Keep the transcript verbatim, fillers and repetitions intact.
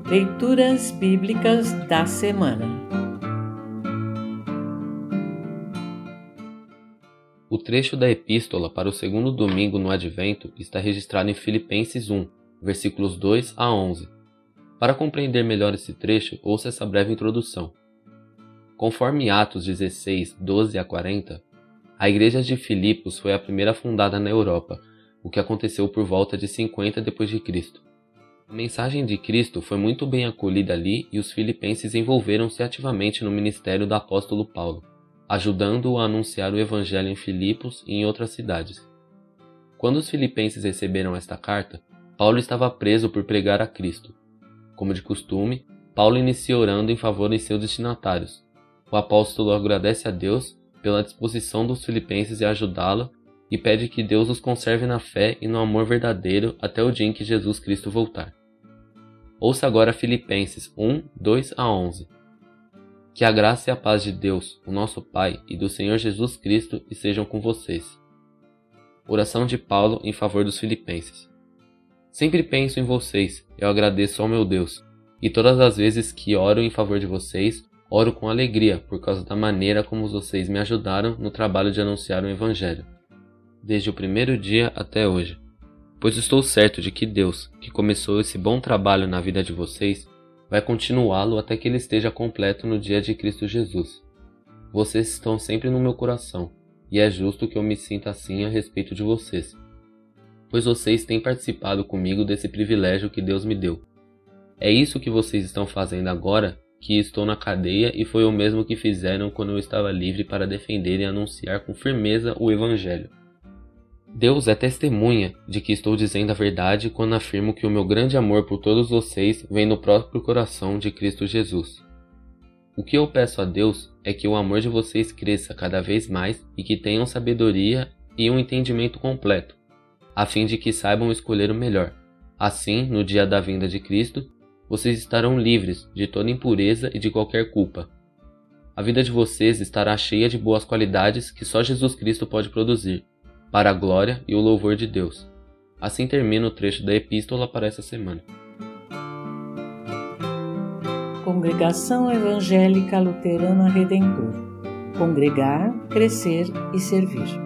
Leituras Bíblicas da Semana. O trecho da Epístola para o segundo domingo no Advento está registrado em Filipenses um, versículos dois a onze. Para compreender melhor esse trecho, ouça essa breve introdução. Conforme Atos dezesseis, doze a quarenta, a igreja de Filipos foi a primeira fundada na Europa, o que aconteceu por volta de cinquenta depois de Cristo. A mensagem de Cristo foi muito bem acolhida ali e os filipenses envolveram-se ativamente no ministério do apóstolo Paulo, ajudando-o a anunciar o evangelho em Filipos e em outras cidades. Quando os filipenses receberam esta carta, Paulo estava preso por pregar a Cristo. Como de costume, Paulo inicia orando em favor de seus destinatários. O apóstolo agradece a Deus pela disposição dos filipenses em ajudá-lo e pede que Deus os conserve na fé e no amor verdadeiro até o dia em que Jesus Cristo voltar. Ouça agora Filipenses um, dois a onze. Que a graça e a paz de Deus, o nosso Pai, e do Senhor Jesus Cristo estejam com vocês. Oração de Paulo em favor dos filipenses. Sempre penso em vocês, eu agradeço ao meu Deus, e todas as vezes que oro em favor de vocês, oro com alegria por causa da maneira como vocês me ajudaram no trabalho de anunciar o Evangelho, desde o primeiro dia até hoje. Pois estou certo de que Deus, que começou esse bom trabalho na vida de vocês, vai continuá-lo até que ele esteja completo no dia de Cristo Jesus. Vocês estão sempre no meu coração, e é justo que eu me sinta assim a respeito de vocês, pois vocês têm participado comigo desse privilégio que Deus me deu. É isso que vocês estão fazendo agora que estou na cadeia e foi o mesmo que fizeram quando eu estava livre para defender e anunciar com firmeza o Evangelho. Deus é testemunha de que estou dizendo a verdade quando afirmo que o meu grande amor por todos vocês vem do próprio coração de Cristo Jesus. O que eu peço a Deus é que o amor de vocês cresça cada vez mais e que tenham sabedoria e um entendimento completo, a fim de que saibam escolher o melhor. Assim, no dia da vinda de Cristo, vocês estarão livres de toda impureza e de qualquer culpa. A vida de vocês estará cheia de boas qualidades que só Jesus Cristo pode produzir, para a glória e o louvor de Deus. Assim termina o trecho da Epístola para essa semana. Congregação Evangélica Luterana Redentor. Congregar, crescer e servir.